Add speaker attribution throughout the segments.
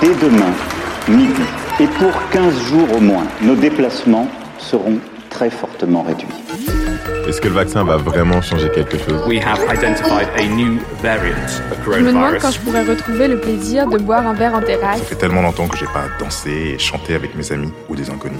Speaker 1: dès demain, midi, et pour 15 jours au moins, nos déplacements seront très fortement réduits.
Speaker 2: Est-ce que le vaccin va vraiment changer quelque chose?
Speaker 3: We have identified a new variant of
Speaker 4: Je me demande
Speaker 3: coronavirus.
Speaker 4: quand je pourrais retrouver le plaisir de boire un verre en terrasse.
Speaker 5: Ça fait tellement longtemps que j'ai pas dansé et chanté avec mes amis ou des inconnus.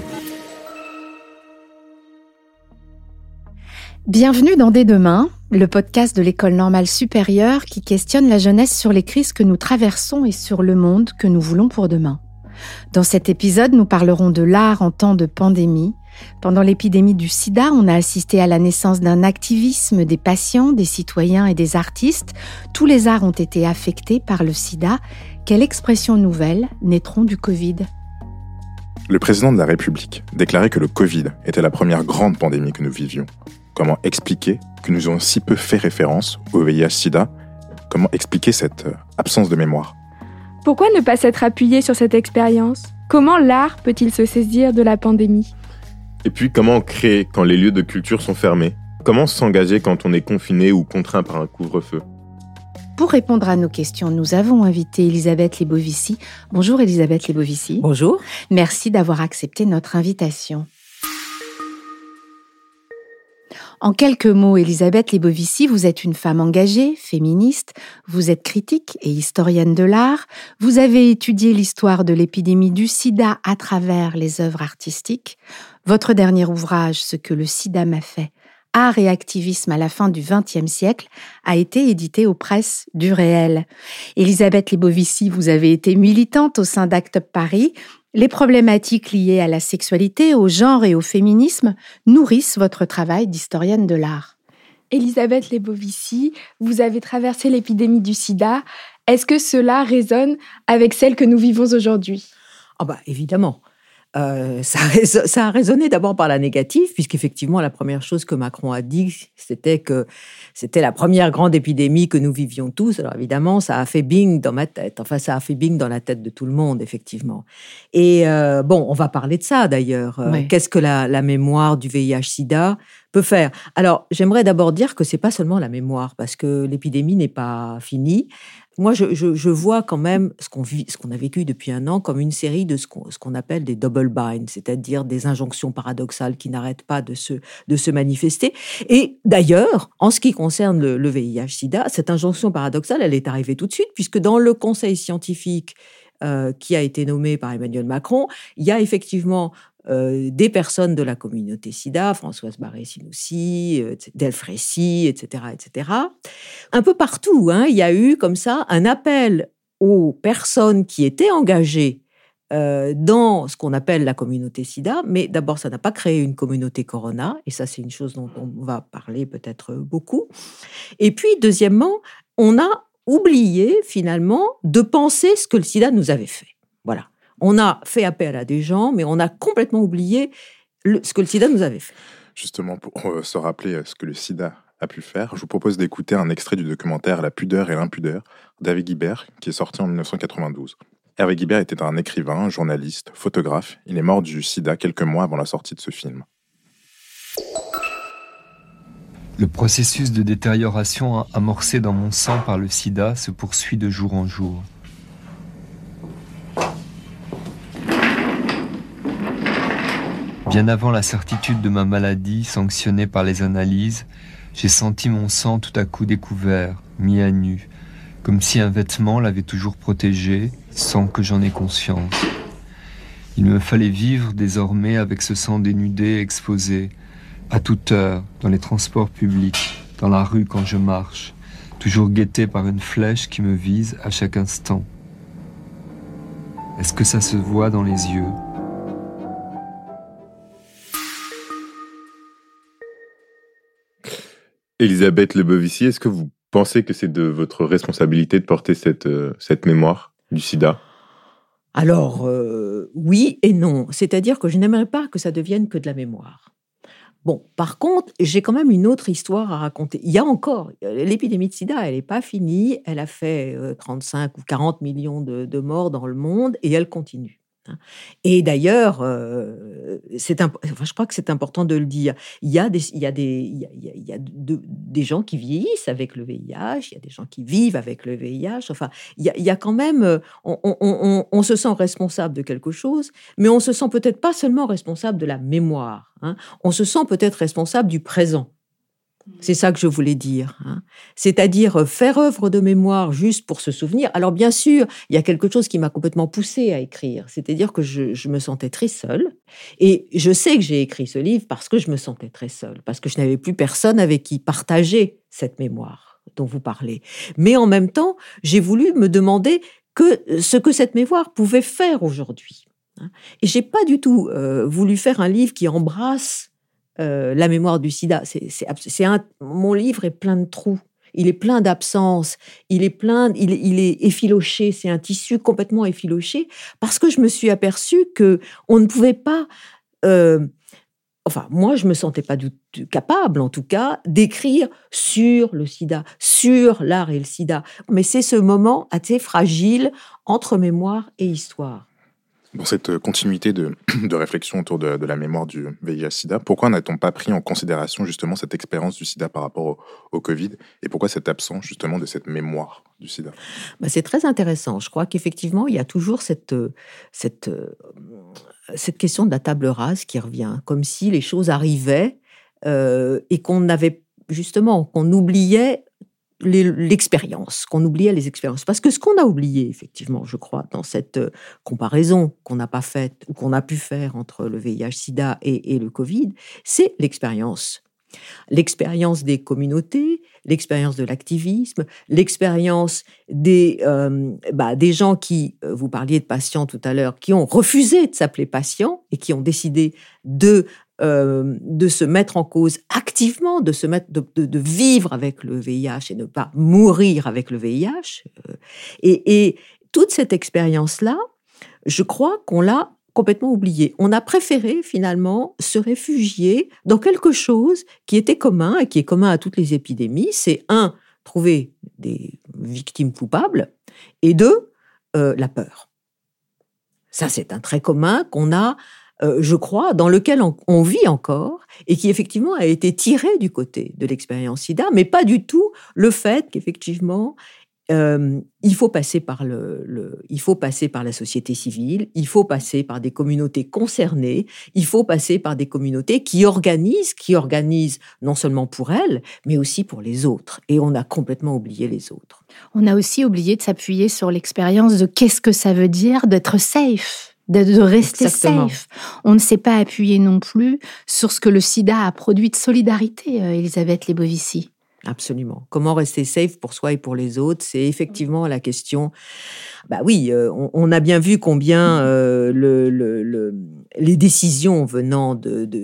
Speaker 6: Bienvenue dans Dès demain, le podcast de l'École normale supérieure qui questionne la jeunesse sur les crises que nous traversons et sur le monde que nous voulons pour demain. Dans cet épisode, nous parlerons de l'art en temps de pandémie. Pendant l'épidémie du sida, on a assisté à la naissance d'un activisme des patients, des citoyens et des artistes. Tous les arts ont été affectés par le sida. Quelles expressions nouvelles naîtront du Covid ?
Speaker 5: Le président de la République déclarait que le Covid était la première grande pandémie que nous vivions. Comment expliquer que nous avons si peu fait référence au VIH-Sida ? Comment expliquer cette absence de mémoire ?
Speaker 4: Pourquoi ne pas s'être appuyé sur cette expérience ? Comment l'art peut-il se saisir de la pandémie ?
Speaker 2: Et puis, comment créer quand les lieux de culture sont fermés? Comment s'engager quand on est confiné ou contraint par un couvre-feu?
Speaker 6: Pour répondre à nos questions, nous avons invité Elisabeth Lebovici. Bonjour Elisabeth Lebovici.
Speaker 7: Bonjour.
Speaker 6: Merci d'avoir accepté notre invitation. En quelques mots, Elisabeth Lebovici, vous êtes une femme engagée, féministe, vous êtes critique et historienne de l'art, vous avez étudié l'histoire de l'épidémie du sida à travers les œuvres artistiques. Votre dernier ouvrage, Ce que le sida m'a fait, art et activisme à la fin du XXe siècle, a été édité aux presses du réel. Elisabeth Lebovici, vous avez été militante au sein d'Act Up Paris. Les problématiques liées à la sexualité, au genre et au féminisme nourrissent votre travail d'historienne de l'art.
Speaker 4: Elisabeth Lebovici, vous avez traversé l'épidémie du sida. Est-ce que cela résonne avec celle que nous vivons aujourd'hui ?
Speaker 7: Évidemment. Ça a résonné d'abord par la négative, puisqu'effectivement, la première chose que Macron a dit, c'était que c'était la première grande épidémie que nous vivions tous. Alors évidemment, ça a fait bing dans ma tête. Enfin, ça a fait bing dans la tête de tout le monde, effectivement. Et on va parler de ça, d'ailleurs.
Speaker 6: Oui.
Speaker 7: Qu'est-ce que la mémoire du VIH-Sida peut faire ? Alors, j'aimerais d'abord dire que c'est pas seulement la mémoire, parce que l'épidémie n'est pas finie. Moi, je vois quand même ce qu'on a vécu depuis un an comme une série de ce qu'on appelle des double binds, c'est-à-dire des injonctions paradoxales qui n'arrêtent pas de se manifester. Et d'ailleurs, en ce qui concerne le VIH-Sida, cette injonction paradoxale, elle est arrivée tout de suite, puisque dans le conseil scientifique qui a été nommé par Emmanuel Macron, il y a effectivement des personnes de la communauté SIDA, Françoise Barré-Sinoussi, Delfrécy, etc., etc. Un peu partout, il y a eu comme ça un appel aux personnes qui étaient engagées dans ce qu'on appelle la communauté SIDA, mais d'abord, ça n'a pas créé une communauté Corona, et ça, c'est une chose dont on va parler peut-être beaucoup. Et puis, deuxièmement, on a oublié, finalement, de penser ce que le sida nous avait fait. Voilà. On a fait appel à des gens, mais on a complètement oublié ce que le sida nous avait fait.
Speaker 5: Justement, pour se rappeler ce que le sida a pu faire, je vous propose d'écouter un extrait du documentaire La pudeur et l'impudeur d'Hervé Guibert, qui est sorti en 1992. Hervé Guibert était un écrivain, journaliste, photographe. Il est mort du sida quelques mois avant la sortie de ce film.
Speaker 8: Le processus de détérioration amorcé dans mon sang par le sida se poursuit de jour en jour. Bien avant la certitude de ma maladie, sanctionnée par les analyses, j'ai senti mon sang tout à coup découvert, mis à nu, comme si un vêtement l'avait toujours protégé, sans que j'en aie conscience. Il me fallait vivre désormais avec ce sang dénudé et exposé, à toute heure, dans les transports publics, dans la rue quand je marche, toujours guetté par une flèche qui me vise à chaque instant. Est-ce que ça se voit dans les yeux ?
Speaker 2: Elisabeth Lebovici, est-ce que vous pensez que c'est de votre responsabilité de porter cette mémoire du sida?
Speaker 7: Alors, oui et non. C'est-à-dire que je n'aimerais pas que ça devienne que de la mémoire. Bon, par contre, j'ai quand même une autre histoire à raconter. Il y a encore, l'épidémie de sida, elle n'est pas finie. Elle a fait 35 ou 40 millions de morts dans le monde et elle continue. Et d'ailleurs, je crois que c'est important de le dire. Il y a des gens qui vieillissent avec le VIH, il y a des gens qui vivent avec le VIH. Enfin, il y a quand même, on se sent responsable de quelque chose, mais on se sent peut-être pas seulement responsable de la mémoire. On se sent peut-être responsable du présent. C'est ça que je voulais dire. C'est-à-dire faire œuvre de mémoire juste pour se souvenir. Alors bien sûr, il y a quelque chose qui m'a complètement poussée à écrire. C'est-à-dire que je me sentais très seule. Et je sais que j'ai écrit ce livre parce que je me sentais très seule, parce que je n'avais plus personne avec qui partager cette mémoire dont vous parlez. Mais en même temps, j'ai voulu me demander ce que cette mémoire pouvait faire aujourd'hui. Et j'ai pas du tout voulu faire un livre qui embrasse la mémoire du sida. Mon livre est plein de trous, il est plein d'absences, il est effiloché, c'est un tissu complètement effiloché, parce que je me suis aperçue qu'on ne pouvait pas... moi, je me sentais pas du tout capable, en tout cas, d'écrire sur le sida, sur l'art et le sida. Mais c'est ce moment assez fragile entre mémoire et histoire.
Speaker 5: Dans cette continuité de réflexion autour de la mémoire du VIH-Sida, pourquoi n'a-t-on pas pris en considération justement cette expérience du sida par rapport au Covid, et pourquoi cette absence justement de cette mémoire du sida?
Speaker 7: C'est très intéressant. Je crois qu'effectivement, il y a toujours cette question de la table rase qui revient, comme si les choses arrivaient et qu'on oubliait l'expérience, qu'on oubliait les expériences. Parce que ce qu'on a oublié, effectivement, je crois, dans cette comparaison qu'on n'a pas faite ou qu'on a pu faire entre le VIH-Sida et le Covid, c'est l'expérience. L'expérience des communautés, l'expérience de l'activisme, l'expérience des gens qui, vous parliez de patients tout à l'heure, qui ont refusé de s'appeler patients et qui ont décidé de se mettre en cause activement, de vivre avec le VIH et ne pas mourir avec le VIH. Et toute cette expérience-là, je crois qu'on l'a complètement oubliée. On a préféré finalement se réfugier dans quelque chose qui était commun et qui est commun à toutes les épidémies. C'est trouver des victimes coupables, et la peur. Ça, c'est un trait commun qu'on a, je crois, dans lequel on vit encore, et qui effectivement a été tiré du côté de l'expérience SIDA, mais pas du tout le fait qu'effectivement il faut passer par la société civile, il faut passer par des communautés concernées, il faut passer par des communautés qui organisent non seulement pour elles, mais aussi pour les autres. Et on a complètement oublié les autres.
Speaker 6: On a aussi oublié de s'appuyer sur l'expérience de qu'est-ce que ça veut dire d'être safe, de rester
Speaker 7: Exactement.
Speaker 6: safe. On ne s'est pas appuyé non plus sur ce que le sida a produit de solidarité, Elisabeth Lebovici.
Speaker 7: Absolument. Comment rester safe pour soi et pour les autres, c'est effectivement la question. On a bien vu combien les décisions venant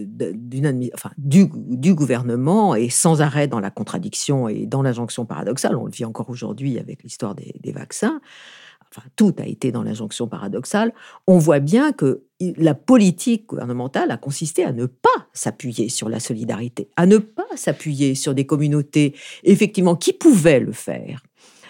Speaker 7: du gouvernement est sans arrêt dans la contradiction et dans l'injonction paradoxale. On le vit encore aujourd'hui avec l'histoire des vaccins. Tout a été dans l'injonction paradoxale. On voit bien que la politique gouvernementale a consisté à ne pas s'appuyer sur la solidarité, à ne pas s'appuyer sur des communautés, effectivement, qui pouvaient le faire.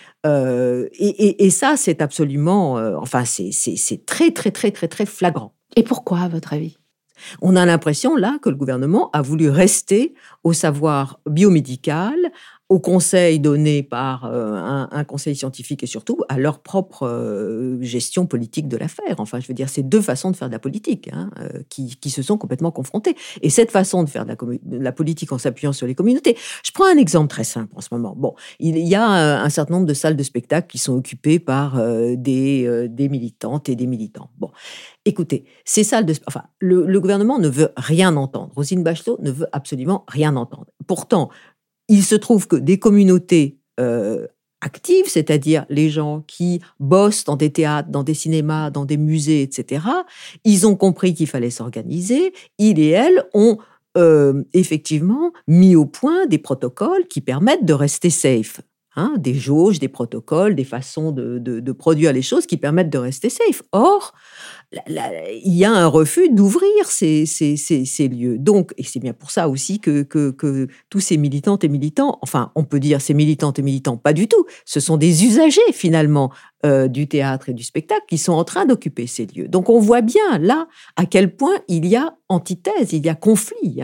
Speaker 7: Et ça, c'est absolument... c'est très, très, très, très, très flagrant.
Speaker 6: Et pourquoi, à votre avis ?
Speaker 7: On a l'impression, là, que le gouvernement a voulu rester au savoir biomédical, au conseil donné par un conseil scientifique et surtout à leur propre gestion politique de l'affaire. Je veux dire, c'est deux façons de faire de la politique qui se sont complètement confrontées. Et cette façon de faire de la politique en s'appuyant sur les communautés, je prends un exemple très simple en ce moment. Bon, il y a un certain nombre de salles de spectacle qui sont occupées par des militantes et des militants. Bon, écoutez, ces salles le gouvernement ne veut rien entendre. Roselyne Bachelot ne veut absolument rien entendre. Pourtant, il se trouve que des communautés actives, c'est-à-dire les gens qui bossent dans des théâtres, dans des cinémas, dans des musées, etc., ils ont compris qu'il fallait s'organiser. Ils et elles ont effectivement mis au point des protocoles qui permettent de rester safe. des jauges, des protocoles, des façons de produire les choses qui permettent de rester safe. Or, il y a un refus d'ouvrir ces lieux. Donc, et c'est bien pour ça aussi que tous ces militantes et militants, enfin, on peut dire ces militantes et militants, pas du tout, ce sont des usagers finalement du théâtre et du spectacle qui sont en train d'occuper ces lieux. Donc, on voit bien là à quel point il y a antithèse, il y a conflit.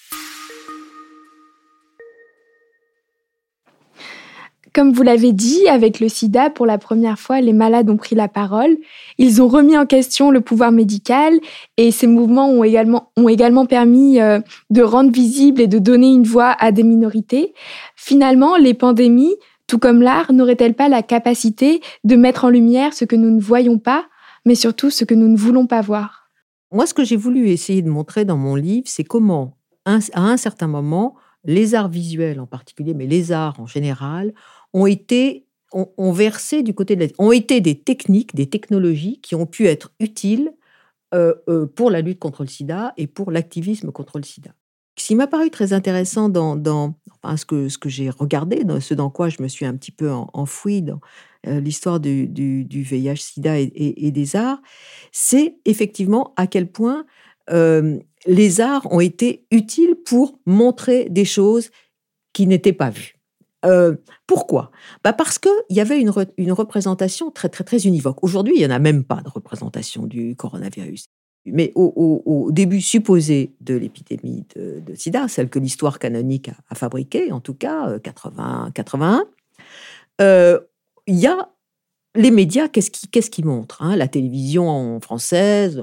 Speaker 4: Comme vous l'avez dit, avec le sida, pour la première fois, les malades ont pris la parole. Ils ont remis en question le pouvoir médical et ces mouvements ont également permis de rendre visible et de donner une voix à des minorités. Finalement, les pandémies, tout comme l'art, n'auraient-elles pas la capacité de mettre en lumière ce que nous ne voyons pas, mais surtout ce que nous ne voulons pas voir?
Speaker 7: Moi, ce que j'ai voulu essayer de montrer dans mon livre, c'est comment, à un certain moment, les arts visuels en particulier, mais les arts en général, ont versé du côté ont été des techniques, des technologies qui ont pu être utiles pour la lutte contre le sida et pour l'activisme contre le sida. Ce qui m'a paru très intéressant dans ce que j'ai regardé, dans ce dans quoi je me suis un petit peu enfouie dans l'histoire du VIH-Sida et des arts, c'est effectivement à quel point les arts ont été utiles pour montrer des choses qui n'étaient pas vues. Pourquoi ? Parce qu'il y avait une représentation très, très, très univoque. Aujourd'hui, il n'y en a même pas de représentation du coronavirus. Mais au début supposé de l'épidémie de sida, celle que l'histoire canonique a fabriquée, en tout cas, 80-81, il y a les médias, qu'est-ce qu'ils montrent ? La télévision française,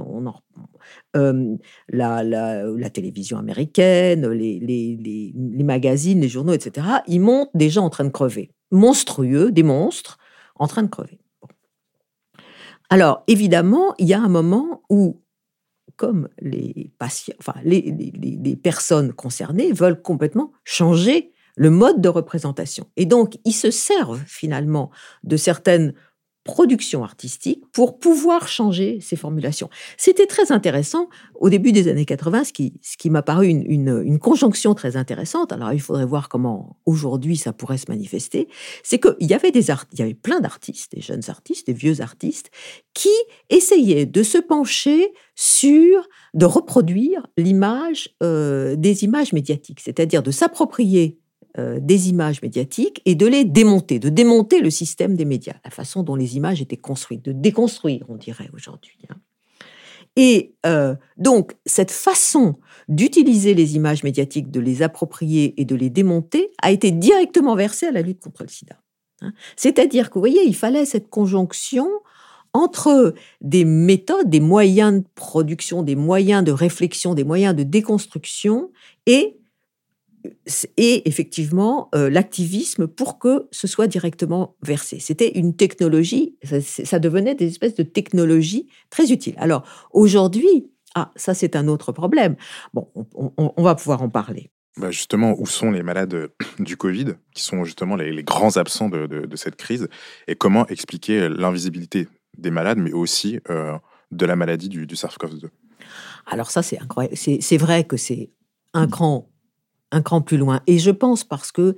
Speaker 7: la télévision américaine, les magazines, les journaux, etc., ils montrent des gens en train de crever. Monstrueux, des monstres en train de crever. Bon. Alors, évidemment, il y a un moment où, comme les patients, les personnes concernées veulent complètement changer le mode de représentation. Et donc, ils se servent finalement de certaines production artistique pour pouvoir changer ces formulations. C'était très intéressant au début des années 80, ce qui m'a paru une conjonction très intéressante. Alors, il faudrait voir comment aujourd'hui ça pourrait se manifester. C'est qu'il y avait il y avait plein d'artistes, des jeunes artistes, des vieux artistes, qui essayaient de se pencher de reproduire l'image, des images médiatiques, c'est-à-dire de s'approprier des images médiatiques et de les démonter, de démonter le système des médias, la façon dont les images étaient construites, de déconstruire, on dirait aujourd'hui. Et donc, cette façon d'utiliser les images médiatiques, de les approprier et de les démonter, a été directement versée à la lutte contre le sida. C'est-à-dire que, vous voyez, il fallait cette conjonction entre des méthodes, des moyens de production, des moyens de réflexion, des moyens de déconstruction et effectivement l'activisme pour que ce soit directement versé. C'était une technologie, ça devenait des espèces de technologies très utiles. Alors aujourd'hui, ça c'est un autre problème. Bon, on va pouvoir en parler.
Speaker 5: Justement, où sont les malades du Covid, qui sont justement les grands absents de cette crise, et comment expliquer l'invisibilité des malades, mais aussi de la maladie du SARS-CoV-2 ?
Speaker 7: Alors ça, c'est incroyable. C'est vrai que c'est un cran plus loin. Et je pense parce que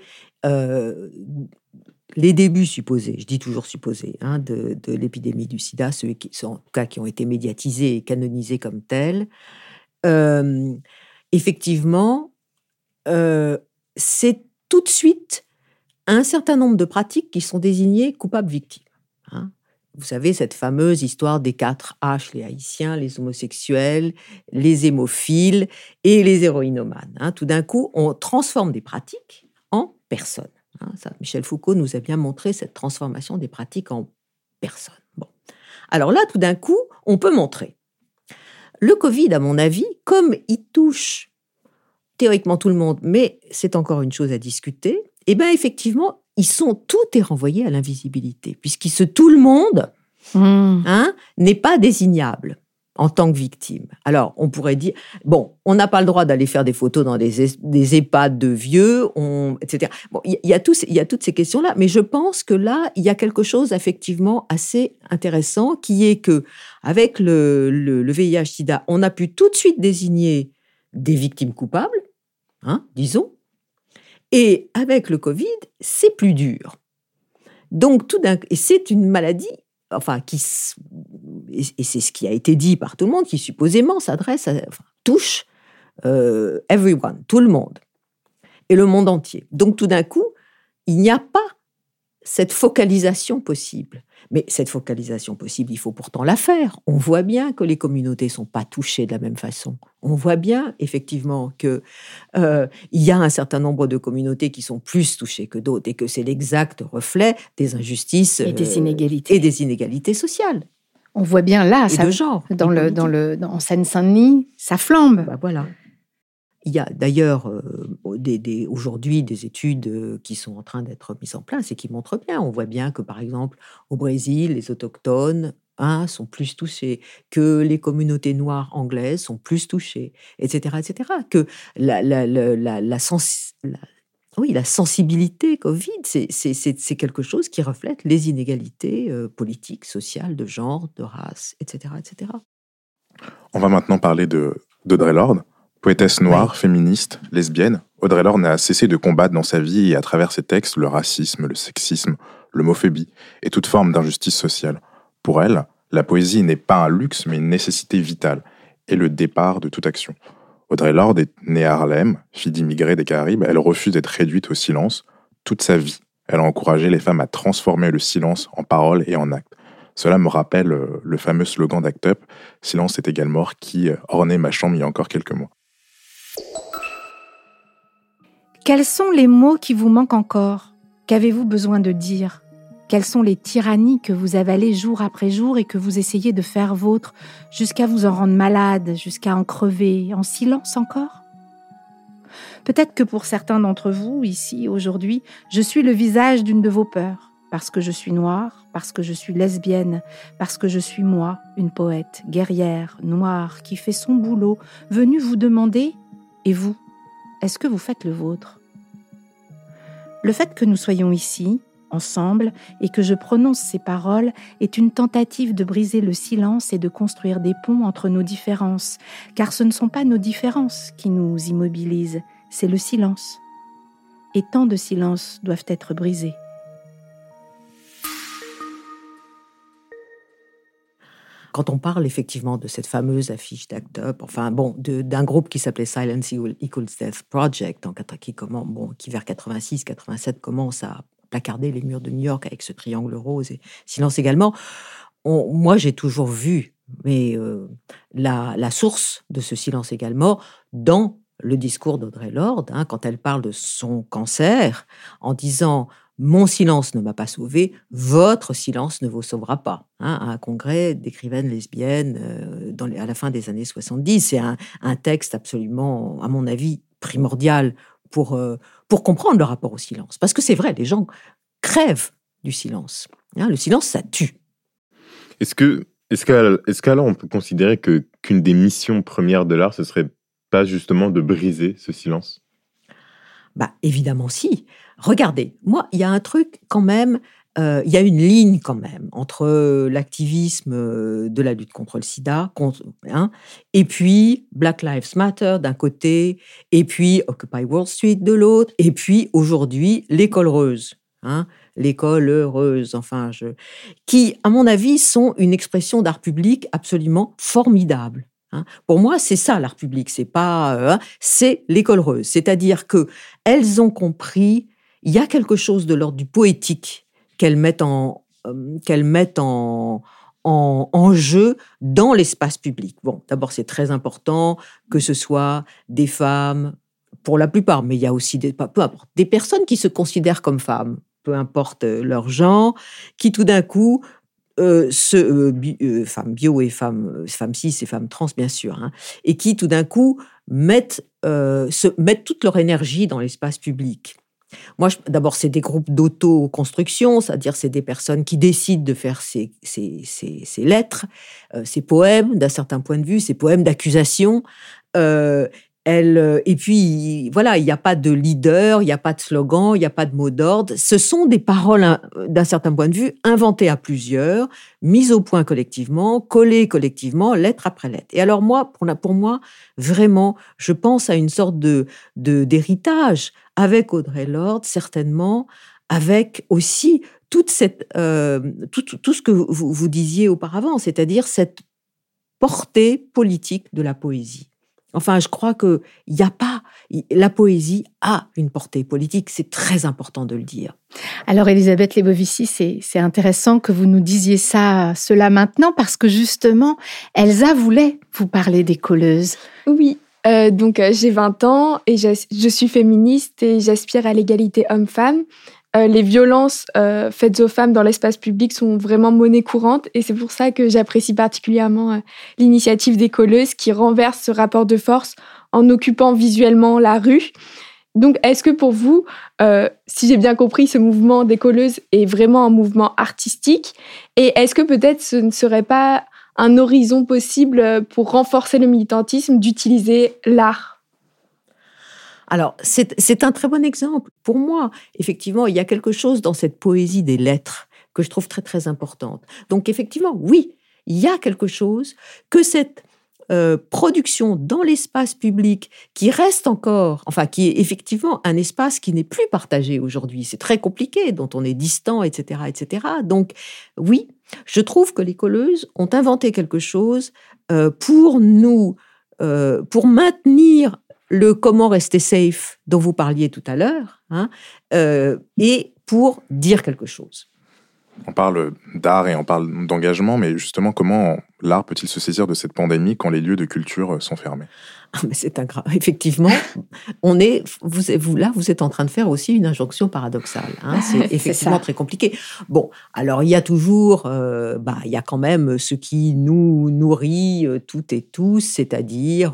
Speaker 7: les débuts supposés, je dis toujours supposés, de l'épidémie du sida, ceux qui ont été médiatisés et canonisés comme tels, effectivement, c'est tout de suite un certain nombre de pratiques qui sont désignées coupables-victimes. Vous savez, cette fameuse histoire des 4 H, les haïtiens, les homosexuels, les hémophiles et les héroïnomanes. Tout d'un coup, on transforme des pratiques en personnes. Michel Foucault nous a bien montré cette transformation des pratiques en personnes. Bon. Alors là, tout d'un coup, on peut montrer. Le Covid, à mon avis, comme il touche théoriquement tout le monde, mais c'est encore une chose à discuter, effectivement, tout est renvoyé à l'invisibilité, tout le monde n'est pas désignable en tant que victime. Alors, on pourrait dire, on n'a pas le droit d'aller faire des photos dans des EHPAD de vieux, etc. Bon, il y a toutes ces questions-là, mais je pense que là, il y a quelque chose effectivement assez intéressant, qui est que avec le VIH-Sida, on a pu tout de suite désigner des victimes coupables, disons. Et avec le Covid, c'est plus dur. Donc, et c'est une maladie, et c'est ce qui a été dit par tout le monde, qui supposément touche everyone, tout le monde, et le monde entier. Donc, tout d'un coup, il n'y a pas cette focalisation possible. Mais cette focalisation possible, il faut pourtant la faire. On voit bien que les communautés ne sont pas touchées de la même façon. On voit bien, effectivement, qu'il y a un certain nombre de communautés qui sont plus touchées que d'autres et que c'est l'exact reflet des injustices
Speaker 6: et des inégalités
Speaker 7: sociales.
Speaker 6: On voit bien là,
Speaker 7: et de genre.
Speaker 6: En Seine-Saint-Denis, ça flambe.
Speaker 7: Voilà. Il y a d'ailleurs aujourd'hui des études qui sont en train d'être mises en place et qui montrent bien. On voit bien que, par exemple, au Brésil, les autochtones sont plus touchés, que les communautés noires anglaises sont plus touchées, etc., etc. Que la sensibilité Covid, c'est quelque chose qui reflète les inégalités politiques, sociales, de genre, de race, etc., etc.
Speaker 5: On va maintenant parler d'Audre Lorde. Poétesse noire, féministe, lesbienne, Audre Lorde n'a cessé de combattre dans sa vie et à travers ses textes le racisme, le sexisme, l'homophobie et toute forme d'injustice sociale. Pour elle, la poésie n'est pas un luxe mais une nécessité vitale et le départ de toute action. Audre Lorde est née à Harlem, fille d'immigrés des Caraïbes, elle refuse d'être réduite au silence. Toute sa vie, elle a encouragé les femmes à transformer le silence en parole et en acte. Cela me rappelle le fameux slogan d'Act Up, « Silence est égal mort » qui ornait ma chambre il y a encore quelques mois.
Speaker 6: Quels sont les mots qui vous manquent encore ? Qu'avez-vous besoin de dire ? Quelles sont les tyrannies que vous avalez jour après jour et que vous essayez de faire vôtres jusqu'à vous en rendre malade, jusqu'à en crever, en silence encore ? Peut-être que pour certains d'entre vous, ici, aujourd'hui, je suis le visage d'une de vos peurs, parce que je suis noire, parce que je suis lesbienne, parce que je suis moi, une poète, guerrière, noire, qui fait son boulot, venue vous demander « Et vous ? Est-ce que vous faites le vôtre ?» Le fait que nous soyons ici, ensemble, et que je prononce ces paroles est une tentative de briser le silence et de construire des ponts entre nos différences, car ce ne sont pas nos différences qui nous immobilisent, c'est le silence. Et tant de silences doivent être brisés.
Speaker 7: Quand on parle effectivement de cette fameuse affiche d'Act Up, d'un groupe qui s'appelait Silence Equals Death Project, qui vers 86-87 commence à placarder les murs de New York avec ce triangle rose et silence également, moi j'ai toujours vu la source de ce silence également dans le discours d'Audre Lorde, quand elle parle de son cancer, en disant « Mon silence ne m'a pas sauvé, votre silence ne vous sauvera pas ». À un congrès d'écrivaines lesbiennes à la fin des années 70. C'est un texte absolument, à mon avis, primordial pour comprendre le rapport au silence. Parce que c'est vrai, les gens crèvent du silence. Le silence, ça tue.
Speaker 2: Est-ce qu'alors on peut considérer qu'une des missions premières de l'art, ce serait pas justement de briser ce silence ?
Speaker 7: Évidemment, si. Regardez, moi, il y a un truc quand même, il y a une ligne quand même entre l'activisme de la lutte contre le sida, et puis Black Lives Matter d'un côté, et puis Occupy Wall Street de l'autre, et puis aujourd'hui, l'école heureuse. L'école heureuse, qui, à mon avis, sont une expression d'art public absolument formidable. Pour moi, c'est ça l'art public, c'est l'école heureuse. C'est-à-dire que elles ont compris, il y a quelque chose de l'ordre du poétique qu'elles mettent en jeu dans l'espace public. Bon, d'abord, c'est très important que ce soit des femmes, pour la plupart, mais il y a aussi peu importe, des personnes qui se considèrent comme femmes, peu importe leur genre, qui tout d'un coup femmes bio et femmes cis et femmes trans, bien sûr, et qui, tout d'un coup, mettent toute leur énergie dans l'espace public. Moi, d'abord, c'est des groupes d'auto-construction, c'est-à-dire c'est des personnes qui décident de faire ces lettres, ces poèmes, d'un certain point de vue, ces poèmes d'accusation. Et puis, voilà, il n'y a pas de leader, il n'y a pas de slogan, il n'y a pas de mot d'ordre. Ce sont des paroles, d'un certain point de vue, inventées à plusieurs, mises au point collectivement, collées collectivement, lettre après lettre. Et alors moi, pour moi, vraiment, je pense à une sorte d'héritage avec Audre Lorde, certainement, avec aussi toute cette, tout ce que vous disiez auparavant, c'est-à-dire cette portée politique de la poésie. Enfin, je crois que la poésie a une portée politique, c'est très important de le dire.
Speaker 6: Alors, Elisabeth Lebovici, c'est intéressant que vous nous disiez cela maintenant, parce que justement, Elsa voulait vous parler des colleuses.
Speaker 4: Oui, donc j'ai 20 ans et je suis féministe et j'aspire à l'égalité homme-femme. Les violences faites aux femmes dans l'espace public sont vraiment monnaie courante et c'est pour ça que j'apprécie particulièrement l'initiative des colleuses qui renverse ce rapport de force en occupant visuellement la rue. Donc, est-ce que pour vous, si j'ai bien compris, ce mouvement des colleuses est vraiment un mouvement artistique? Et est-ce que peut-être ce ne serait pas un horizon possible pour renforcer le militantisme d'utiliser l'art?
Speaker 7: Alors, c'est un très bon exemple. Pour moi, effectivement, il y a quelque chose dans cette poésie des lettres que je trouve très, très importante. Donc, effectivement, oui, il y a quelque chose que cette production dans l'espace public qui reste encore, enfin, qui est effectivement un espace qui n'est plus partagé aujourd'hui. C'est très compliqué, dont on est distant, etc., etc. Donc, oui, je trouve que les colleuses ont inventé quelque chose pour maintenir le comment rester safe dont vous parliez tout à l'heure, et pour dire quelque chose.
Speaker 5: On parle d'art et on parle d'engagement, mais justement, comment l'art peut-il se saisir de cette pandémie quand les lieux de culture sont fermés ?
Speaker 7: Mais c'est effectivement, vous êtes en train de faire aussi une injonction paradoxale. C'est effectivement très compliqué. Bon, alors il y a toujours, il y a quand même ce qui nous nourrit toutes et tous, c'est-à-dire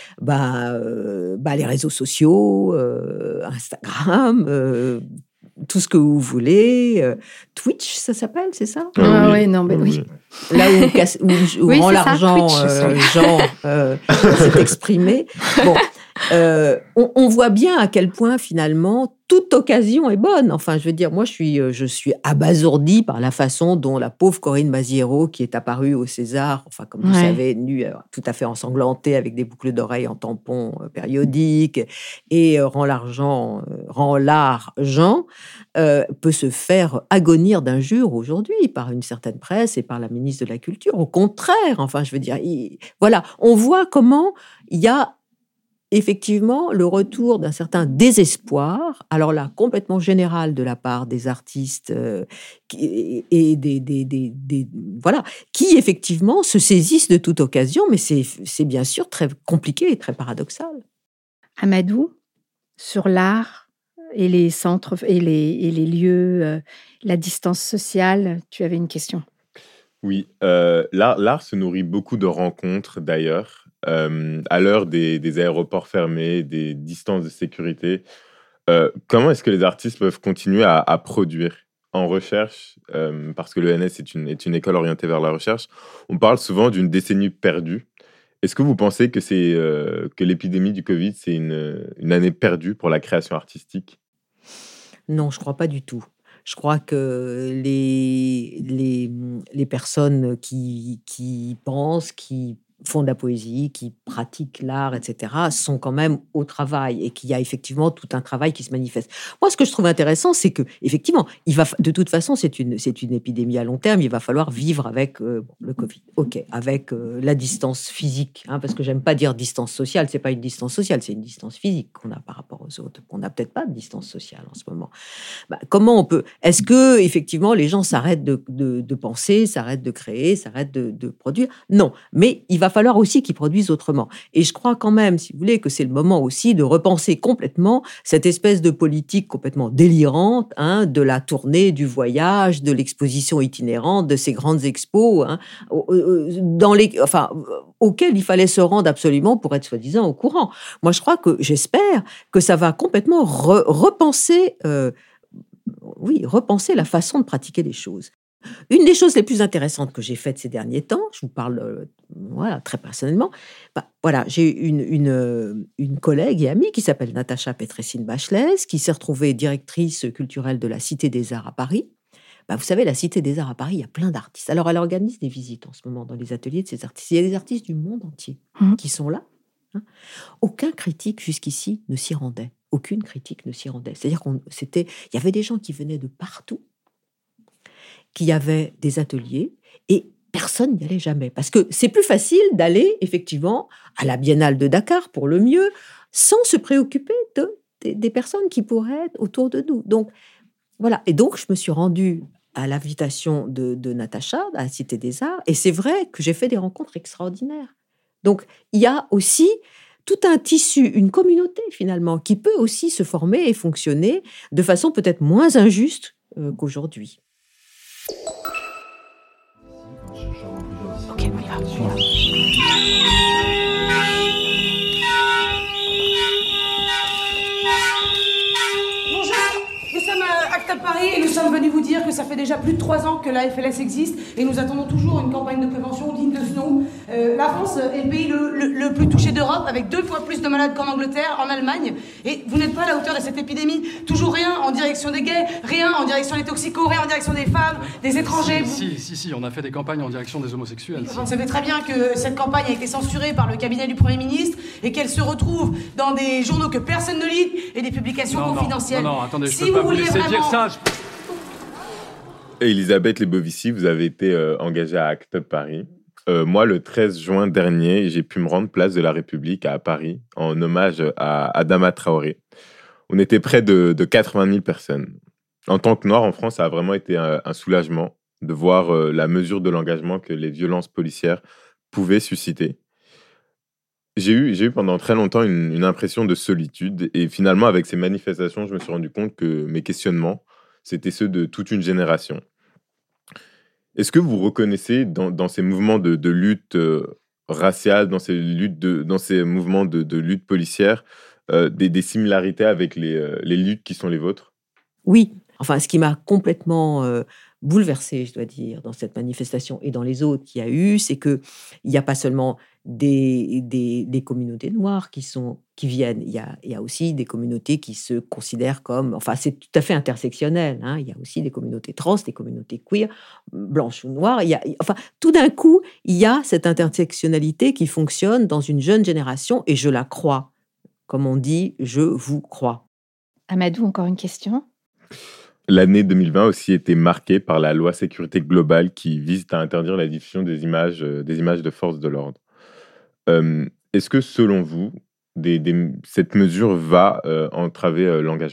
Speaker 7: les réseaux sociaux, Instagram. Tout ce que vous voulez. Twitch, ça s'appelle, c'est ça ?
Speaker 6: Oui.
Speaker 7: Là où rend l'argent, Jean s'est exprimé. Bon, on voit bien à quel point, finalement, toute occasion est bonne. Enfin, je veux dire, moi, je suis abasourdie par la façon dont la pauvre Corinne Maziero, qui est apparue au César, enfin, comme vous savez, nue, tout à fait ensanglantée, avec des boucles d'oreilles en tampons périodiques, et rend l'argent, peut se faire agonir d'injures aujourd'hui par une certaine presse et par la ministre de la Culture. Au contraire, enfin, je veux dire, voilà, on voit comment il y a effectivement le retour d'un certain désespoir, alors là, complètement général de la part des artistes qui effectivement se saisissent de toute occasion, mais c'est bien sûr très compliqué et très paradoxal.
Speaker 6: Amadou, sur l'art et les centres et les lieux, la distance sociale, tu avais une question.
Speaker 2: Oui, l'art se nourrit beaucoup de rencontres d'ailleurs. À l'heure des aéroports fermés, des distances de sécurité, comment est-ce que les artistes peuvent continuer à produire en recherche, parce que l'ENS est une école orientée vers la recherche? On parle souvent d'une décennie perdue. Est-ce que vous pensez que que l'épidémie du Covid, c'est une année perdue pour la création artistique?
Speaker 7: Non, je ne crois pas du tout. Je crois que les personnes qui pensent, qui font de la poésie, qui pratiquent l'art, etc., sont quand même au travail et qu'il y a effectivement tout un travail qui se manifeste. Moi, ce que je trouve intéressant, c'est que effectivement, de toute façon, c'est une épidémie à long terme. Il va falloir vivre avec le Covid, avec la distance physique, parce que j'aime pas dire distance sociale. C'est pas une distance sociale, c'est une distance physique qu'on a par rapport aux autres. On n'a peut-être pas de distance sociale en ce moment. Comment on peut? Est-ce que effectivement les gens s'arrêtent de penser, s'arrêtent de créer, s'arrêtent de produire? Non, mais il va falloir aussi qu'ils produisent autrement. Et je crois quand même, si vous voulez, que c'est le moment aussi de repenser complètement cette espèce de politique complètement délirante, de la tournée, du voyage, de l'exposition itinérante, de ces grandes expos, auxquelles il fallait se rendre absolument pour être soi-disant au courant. Moi, j'espère que ça va complètement repenser la façon de pratiquer les choses. Une des choses les plus intéressantes que j'ai faites ces derniers temps, je vous parle très personnellement, j'ai une collègue et amie qui s'appelle Natacha Petressine-Bachelès, qui s'est retrouvée directrice culturelle de la Cité des Arts à Paris. Vous savez, la Cité des Arts à Paris, il y a plein d'artistes. Alors, elle organise des visites en ce moment dans les ateliers de ces artistes. Il y a des artistes du monde entier qui sont là. Aucun critique jusqu'ici ne s'y rendait. aucune critique ne s'y rendait. C'est-à-dire il y avait des gens qui venaient de partout, qui avaient des ateliers, et personne n'y allait jamais. Parce que c'est plus facile d'aller, effectivement, à la Biennale de Dakar, pour le mieux, sans se préoccuper des personnes qui pourraient être autour de nous. Donc, voilà. Et donc, je me suis rendue à l'invitation de Natacha, à la Cité des Arts, et c'est vrai que j'ai fait des rencontres extraordinaires. Donc, il y a aussi tout un tissu, une communauté, finalement, qui peut aussi se former et fonctionner de façon peut-être moins injuste qu'aujourd'hui.
Speaker 9: Ok, on y va.
Speaker 10: Bonjour, nous sommes à Acta Paris et nous sommes venus vous dire que ça fait déjà plus de 3 ans que la FLS existe et nous attendons toujours une campagne de prévention digne de ce nom. La France est le pays le plus touché d'Europe, avec 2 fois plus de malades qu'en Angleterre, en Allemagne. Et vous n'êtes pas à la hauteur de cette épidémie. Toujours rien en direction des gays, rien en direction des toxicos, rien en direction des femmes, des étrangers.
Speaker 11: Si, on a fait des campagnes en direction des homosexuels.
Speaker 10: Vous savez très bien que cette campagne a été censurée par le cabinet du Premier ministre et qu'elle se retrouve dans des journaux que personne ne lit et des publications confidentielles.
Speaker 11: Non, attendez, je peux pas vous laisser dire ça.
Speaker 2: Elisabeth Lebovici, vous avez été engagée à ACT UP Paris. Moi, le 13 juin dernier, j'ai pu me rendre place de la République à Paris en hommage à Adama Traoré. On était près de 80 000 personnes. En tant que Noir en France, ça a vraiment été un soulagement de voir la mesure de l'engagement que les violences policières pouvaient susciter. J'ai eu pendant très longtemps une impression de solitude et finalement, avec ces manifestations, je me suis rendu compte que mes questionnements, c'était ceux de toute une génération. Est-ce que vous reconnaissez dans ces mouvements de lutte raciale, dans ces mouvements de lutte policière, des similarités avec les luttes qui sont les vôtres ?
Speaker 7: Oui. Enfin, ce qui m'a complètement bouleversée, je dois dire, dans cette manifestation et dans les autres qu'il y a eu, c'est qu'il n'y a pas seulement des communautés noires qui viennent, il y a aussi des communautés qui se considèrent comme... Enfin, c'est tout à fait intersectionnel. Hein. Il y a aussi des communautés trans, des communautés queer, blanches ou noires. Enfin, tout d'un coup, il y a cette intersectionnalité qui fonctionne dans une jeune génération et je la crois. Comme on dit, je vous crois.
Speaker 6: Amadou, encore une question ?
Speaker 2: L'année 2020 aussi était marquée par la loi sécurité globale qui vise à interdire la diffusion des images de forces de l'ordre. Est-ce que, selon vous, cette mesure va entraver l'engagement ?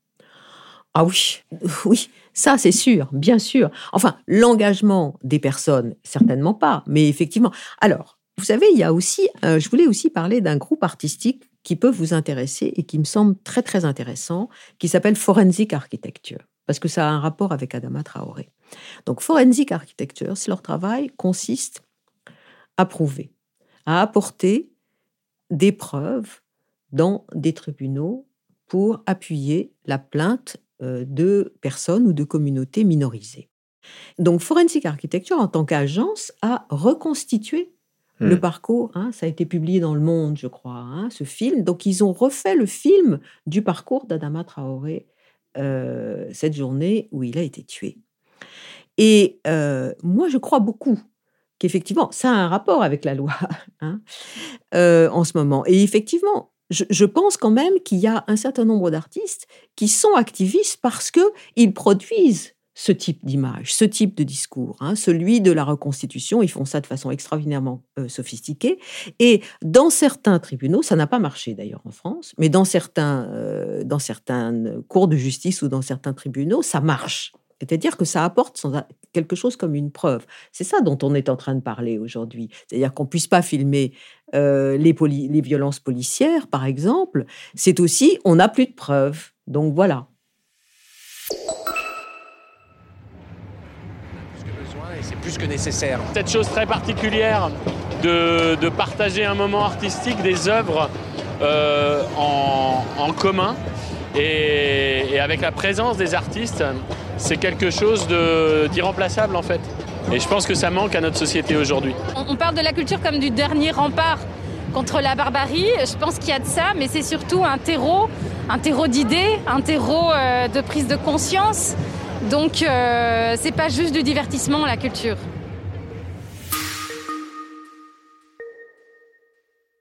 Speaker 7: Ah oui, ça c'est sûr, bien sûr. Enfin, l'engagement des personnes, certainement pas, mais effectivement. Alors, vous savez, il y a aussi, je voulais aussi parler d'un groupe artistique qui peut vous intéresser et qui me semble très, très intéressant, qui s'appelle Forensic Architecture, parce que ça a un rapport avec Adama Traoré. Donc, Forensic Architecture, leur travail consiste à prouver, à apporter des preuves dans des tribunaux pour appuyer la plainte de personnes ou de communautés minorisées. Donc, Forensic Architecture, en tant qu'agence, a reconstitué le parcours, ça a été publié dans Le Monde, je crois, ce film. Donc, ils ont refait le film du parcours d'Adama Traoré cette journée où il a été tué. Et moi, je crois beaucoup qu'effectivement, ça a un rapport avec la loi en ce moment. Et effectivement, je pense quand même qu'il y a un certain nombre d'artistes qui sont activistes parce qu'ils produisent ce type d'image, ce type de discours, celui de la reconstitution. Ils font ça de façon extraordinairement sophistiquée. Et dans certains tribunaux, ça n'a pas marché d'ailleurs en France, mais dans certaines cours de justice ou dans certains tribunaux, ça marche. C'est-à-dire que ça apporte quelque chose comme une preuve. C'est ça dont on est en train de parler aujourd'hui. C'est-à-dire qu'on ne puisse pas filmer les violences policières, par exemple. C'est aussi, on n'a plus de preuves. Donc voilà.
Speaker 12: C'est plus que nécessaire. Cette chose très particulière de partager un moment artistique, des œuvres en commun et avec la présence des artistes, c'est quelque chose d'irremplaçable en fait. Et je pense que ça manque à notre société aujourd'hui.
Speaker 13: On parle de la culture comme du dernier rempart contre la barbarie. Je pense qu'il y a de ça, mais c'est surtout un terreau d'idées, un terreau de prise de conscience. Donc, c'est pas juste du divertissement, la culture.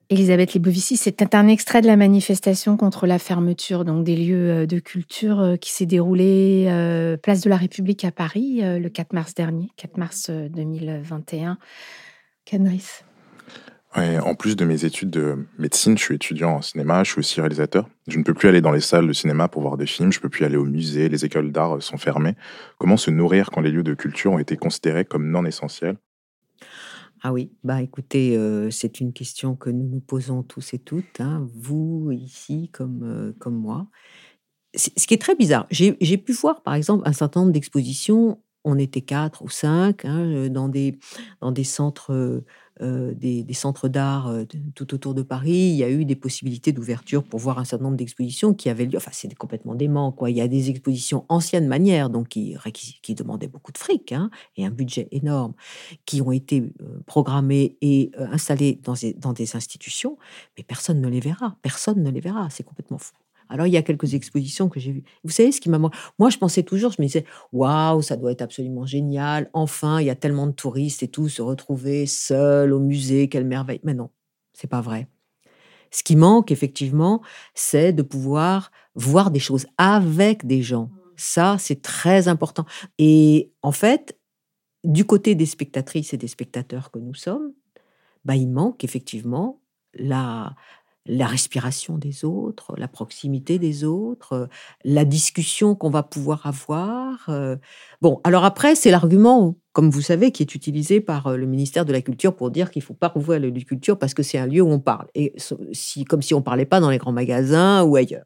Speaker 6: Elisabeth Lebovici, c'était un extrait de la manifestation contre la fermeture donc, des lieux de culture qui s'est déroulée place de la République à Paris le 4 mars dernier, 4 mars 2021. Cadris.
Speaker 5: Ouais, en plus de mes études de médecine, je suis étudiant en cinéma, je suis aussi réalisateur. Je ne peux plus aller dans les salles de cinéma pour voir des films, je ne peux plus aller au musée, les écoles d'art sont fermées. Comment se nourrir quand les lieux de culture ont été considérés comme non essentiels ?
Speaker 7: Ah oui, écoutez, c'est une question que nous nous posons tous et toutes, hein, vous ici comme moi. Ce qui est très bizarre, j'ai pu voir par exemple un certain nombre d'expositions, on était 4 ou 5 dans des centres, des centres d'art tout autour de Paris. Il y a eu des possibilités d'ouverture pour voir un certain nombre d'expositions qui avaient lieu. Enfin, c'est complètement dément, quoi. Il y a des expositions anciennes manières, donc qui demandaient beaucoup de fric et un budget énorme, qui ont été programmées et installées dans des institutions, mais personne ne les verra. Personne ne les verra. C'est complètement fou. Alors, il y a quelques expositions que j'ai vues. Vous savez ce qui m'a... Moi, je pensais toujours, je me disais, waouh, ça doit être absolument génial. Enfin, il y a tellement de touristes et tout, se retrouver seuls au musée, quelle merveille. Mais non, c'est pas vrai. Ce qui manque, effectivement, c'est de pouvoir voir des choses avec des gens. Ça, c'est très important. Et en fait, du côté des spectatrices et des spectateurs que nous sommes, il manque effectivement la respiration des autres, la proximité des autres, la discussion qu'on va pouvoir avoir. Bon, alors après, c'est l'argument, comme vous savez, qui est utilisé par le ministère de la Culture pour dire qu'il ne faut pas rouvrir le lieu de culture parce que c'est un lieu où on parle. Et comme si on ne parlait pas dans les grands magasins ou ailleurs.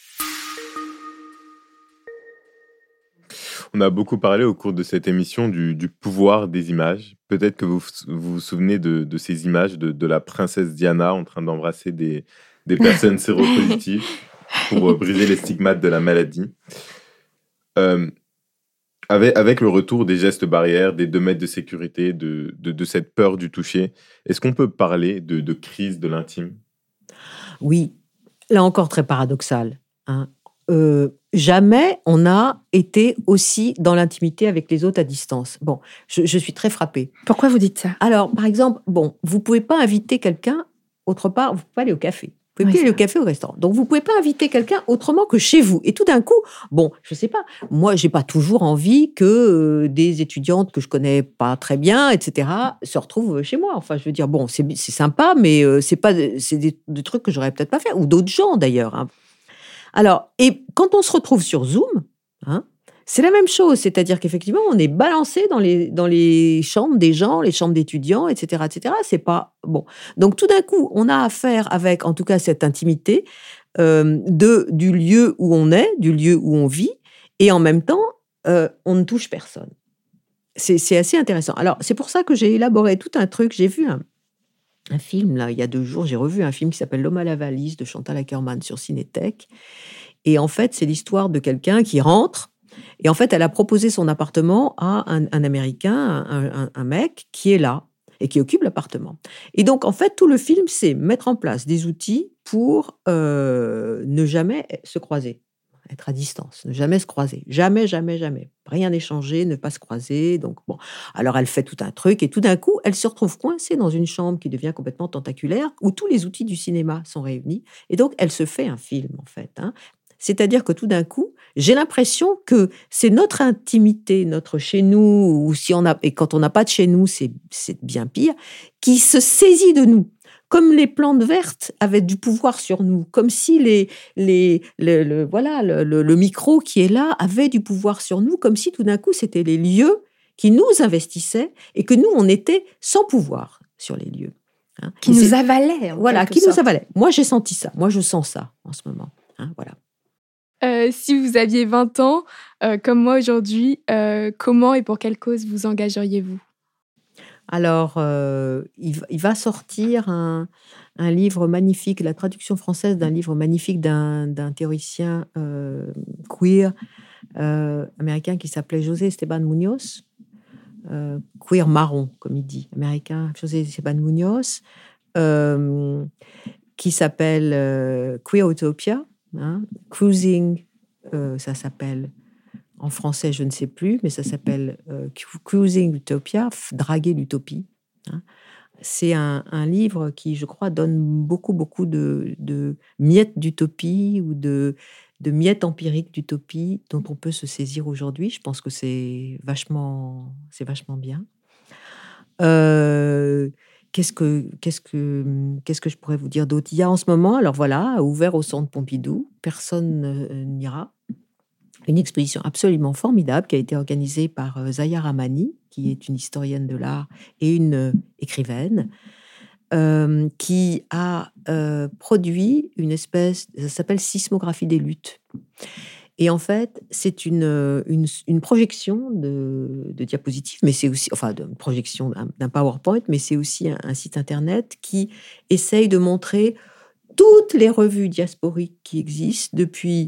Speaker 2: On a beaucoup parlé au cours de cette émission du pouvoir des images. Peut-être que vous vous souvenez de ces images de la princesse Diana en train d'embrasser des personnes séropositives pour briser les stigmates de la maladie. Avec le retour des gestes barrières, des 2 mètres de sécurité, de cette peur du toucher, est-ce qu'on peut parler de crise de l'intime ?
Speaker 7: Oui, là encore très paradoxal. Jamais on a été aussi dans l'intimité avec les autres à distance. Bon, je suis très frappée.
Speaker 6: Pourquoi vous dites ça ?
Speaker 7: Alors, par exemple, vous pouvez pas inviter quelqu'un autre part, vous pouvez pas aller au café. Vous pouvez plus aller au café ou au restaurant. Donc, vous pouvez pas inviter quelqu'un autrement que chez vous. Et tout d'un coup, je sais pas, moi, j'ai pas toujours envie que des étudiantes que je connais pas très bien, etc., se retrouvent chez moi. Enfin, je veux dire, c'est sympa, mais c'est des trucs que j'aurais peut-être pas fait. Ou d'autres gens, d'ailleurs. Alors, et quand on se retrouve sur Zoom, c'est la même chose. C'est-à-dire qu'effectivement, on est balancé dans les chambres des gens, les chambres d'étudiants, etc., etc. C'est pas bon. Donc, tout d'un coup, on a affaire avec, en tout cas, cette intimité du lieu où on est, du lieu où on vit, et en même temps, on ne touche personne. C'est assez intéressant. Alors, c'est pour ça que j'ai élaboré tout un truc. J'ai vu un film, là, il y a 2 jours, j'ai revu un film qui s'appelle L'homme à la valise de Chantal Akerman sur Cinétech. Et en fait, c'est l'histoire de quelqu'un qui rentre. Et en fait, elle a proposé son appartement à un Américain, un mec qui est là et qui occupe l'appartement. Et donc, en fait, tout le film, c'est mettre en place des outils pour ne jamais se croiser, être à distance, ne jamais se croiser. Jamais, jamais, jamais. Rien échanger, ne pas se croiser. Donc, bon. Alors, elle fait tout un truc et tout d'un coup, elle se retrouve coincée dans une chambre qui devient complètement tentaculaire où tous les outils du cinéma sont réunis. Et donc, elle se fait un film, en fait. C'est-à-dire que tout d'un coup, j'ai l'impression que c'est notre intimité, notre chez nous, et quand on n'a pas de chez nous, c'est bien pire, qui se saisit de nous. Comme les plantes vertes avaient du pouvoir sur nous, comme si le micro qui est là avait du pouvoir sur nous, comme si tout d'un coup c'était les lieux qui nous investissaient et que nous on était sans pouvoir sur les lieux.
Speaker 6: Qui nous avalaient.
Speaker 7: Voilà, qui nous avalaient. Moi j'ai senti ça, moi je sens ça en ce moment. Voilà.
Speaker 4: Si vous aviez 20 ans, comme moi aujourd'hui, comment et pour quelle cause vous engageriez-vous ?
Speaker 7: Alors, il va sortir un livre magnifique, la traduction française d'un livre magnifique d'un théoricien queer américain qui s'appelait José Esteban Munoz, queer marron, comme il dit, américain, José Esteban Munoz, qui s'appelle Queer Utopia, Cruising, ça s'appelle... En français, je ne sais plus, mais ça s'appelle Cruising Utopia, draguer l'utopie. C'est un livre qui, je crois, donne beaucoup de miettes d'utopie ou de miettes empiriques d'utopie dont on peut se saisir aujourd'hui. Je pense que c'est vachement bien. Qu'est-ce que je pourrais vous dire d'autre? Il y a en ce moment, alors voilà, ouvert au Centre Pompidou, personne n'ira, une exposition absolument formidable qui a été organisée par Zaya Rahmani, qui est une historienne de l'art et une écrivaine, qui a produit une espèce, ça s'appelle Sismographie des luttes. Et en fait, c'est une projection de diapositives, mais c'est aussi, enfin, une projection d'un PowerPoint, mais c'est aussi un site internet qui essaye de montrer toutes les revues diasporiques qui existent depuis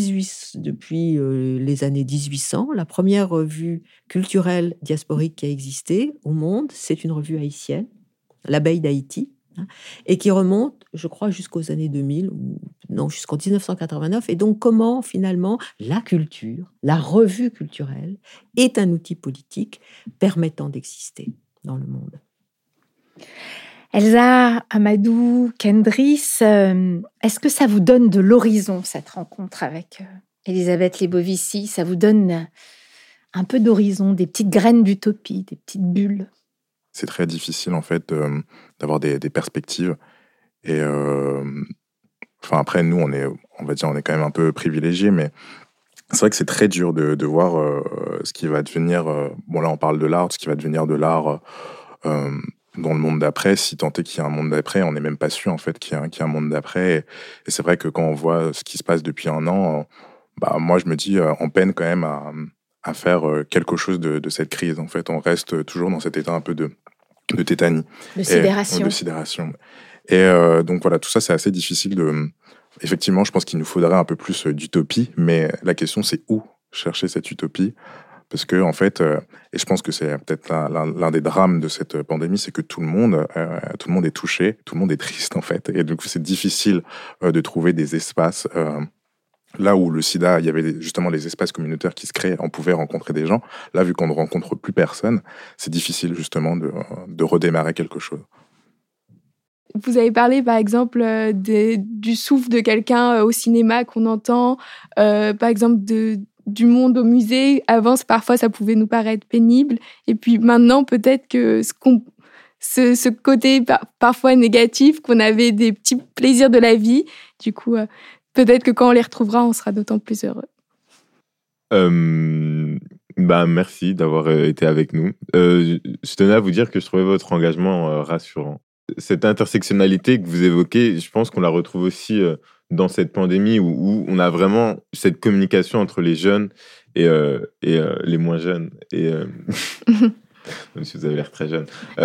Speaker 7: les années 1800. La première revue culturelle diasporique qui a existé au monde, c'est une revue haïtienne, L'Abeille d'Haïti, et qui remonte, je crois, jusqu'aux années 2000, non, jusqu'en 1989. Et donc, comment, finalement, la culture, la revue culturelle, est un outil politique permettant d'exister dans le monde.
Speaker 6: Elsa, Amadou, Kendriss, est-ce que ça vous donne de l'horizon, cette rencontre avec Elisabeth Lebovici? Ça vous donne un peu d'horizon, des petites graines d'utopie, des petites bulles?
Speaker 5: C'est très difficile, en fait, d'avoir des perspectives. Et après, nous, on est quand même un peu privilégiés, mais c'est vrai que c'est très dur de voir ce qui va devenir... bon, là, on parle de l'art, ce qui va devenir de l'art dans le monde d'après. Si tant est qu'il y a un monde d'après, on n'est même pas sûr, en fait, qu'il y a un monde d'après. Et c'est vrai que quand on voit ce qui se passe depuis un an, moi, je me dis, on peine quand même à faire quelque chose de cette crise. En fait, on reste toujours dans cet état un peu de tétanie.
Speaker 6: De sidération.
Speaker 5: De sidération. Et donc voilà, tout ça, c'est assez difficile Effectivement, je pense qu'il nous faudrait un peu plus d'utopie, mais la question, c'est où chercher cette utopie? Parce que, en fait, et je pense que c'est peut-être l'un des drames de cette pandémie, c'est que tout le monde est touché, tout le monde est triste, en fait. Et donc, c'est difficile de trouver des espaces... Là où le sida, il y avait justement les espaces communautaires qui se créaient, on pouvait rencontrer des gens. Là, vu qu'on ne rencontre plus personne, c'est difficile justement de redémarrer quelque chose.
Speaker 4: Vous avez parlé, par exemple, du souffle de quelqu'un au cinéma qu'on entend, par exemple du monde au musée. Avant, parfois, ça pouvait nous paraître pénible. Et puis maintenant, peut-être que ce côté parfois négatif, qu'on avait des petits plaisirs de la vie, du coup... peut-être que quand on les retrouvera, on sera d'autant plus heureux.
Speaker 2: Merci d'avoir été avec nous. Je tenais à vous dire que je trouvais votre engagement rassurant. Cette intersectionnalité que vous évoquez, je pense qu'on la retrouve aussi dans cette pandémie où on a vraiment cette communication entre les jeunes et les moins jeunes. Et, même si vous avez l'air très jeune.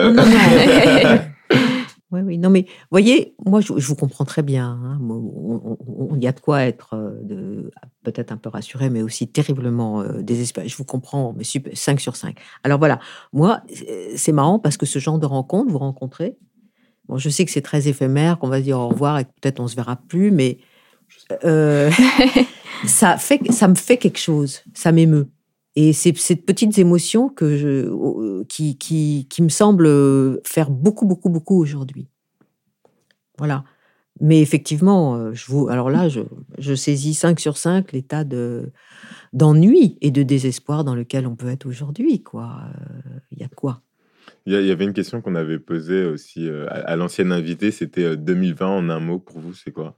Speaker 7: Oui, non, mais voyez, moi, je vous comprends très bien. Hein. Il y a de quoi être peut-être un peu rassuré, mais aussi terriblement désespéré. Je vous comprends, mais 5 sur 5. Alors voilà, moi, c'est marrant parce que ce genre de rencontre, vous rencontrez. Bon, je sais que c'est très éphémère, qu'on va se dire au revoir et que peut-être on ne se verra plus, mais ça me fait quelque chose, ça m'émeut. Et c'est ces petites émotions qui me semblent faire beaucoup, beaucoup, beaucoup aujourd'hui. Voilà. Mais effectivement, alors là, je saisis 5 sur 5 l'état d'ennui et de désespoir dans lequel on peut être aujourd'hui, quoi. Il y a de quoi.
Speaker 2: Il y avait une question qu'on avait posée aussi à l'ancienne invitée, c'était 2020 en un mot, pour vous, c'est quoi?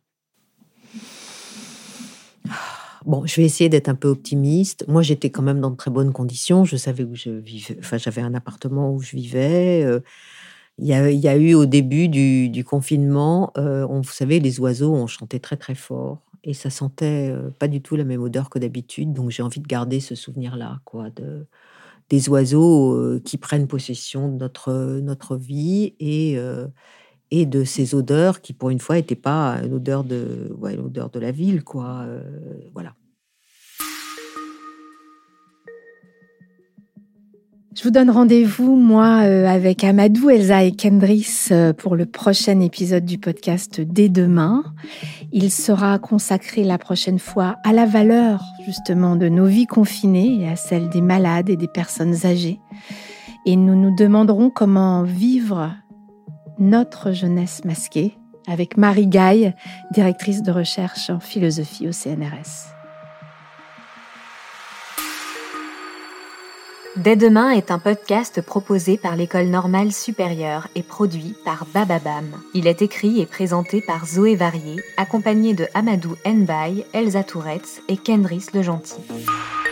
Speaker 7: Bon, je vais essayer d'être un peu optimiste. Moi, j'étais quand même dans de très bonnes conditions. Je savais où je vivais. Enfin, j'avais un appartement où je vivais. Il y a eu au début du confinement, vous savez, les oiseaux ont chanté très très fort et ça sentait pas du tout la même odeur que d'habitude. Donc, j'ai envie de garder ce souvenir-là, quoi, des oiseaux qui prennent possession de notre vie et de ces odeurs qui, pour une fois, n'étaient pas l'odeur de la ville, quoi. Voilà.
Speaker 6: Je vous donne rendez-vous, moi, avec Amadou, Elsa et Kendriss pour le prochain épisode du podcast dès demain. Il sera consacré la prochaine fois à la valeur, justement, de nos vies confinées et à celle des malades et des personnes âgées. Et nous nous demanderons comment vivre Notre jeunesse masquée avec Marie Gaille, directrice de recherche en philosophie au CNRS.
Speaker 9: Dès demain est un podcast proposé par l'École normale supérieure et produit par Bababam. Il est écrit et présenté par Zoé Varier, accompagné de Amadou Nbaye, Elsa Touretz et Kendris Legentil.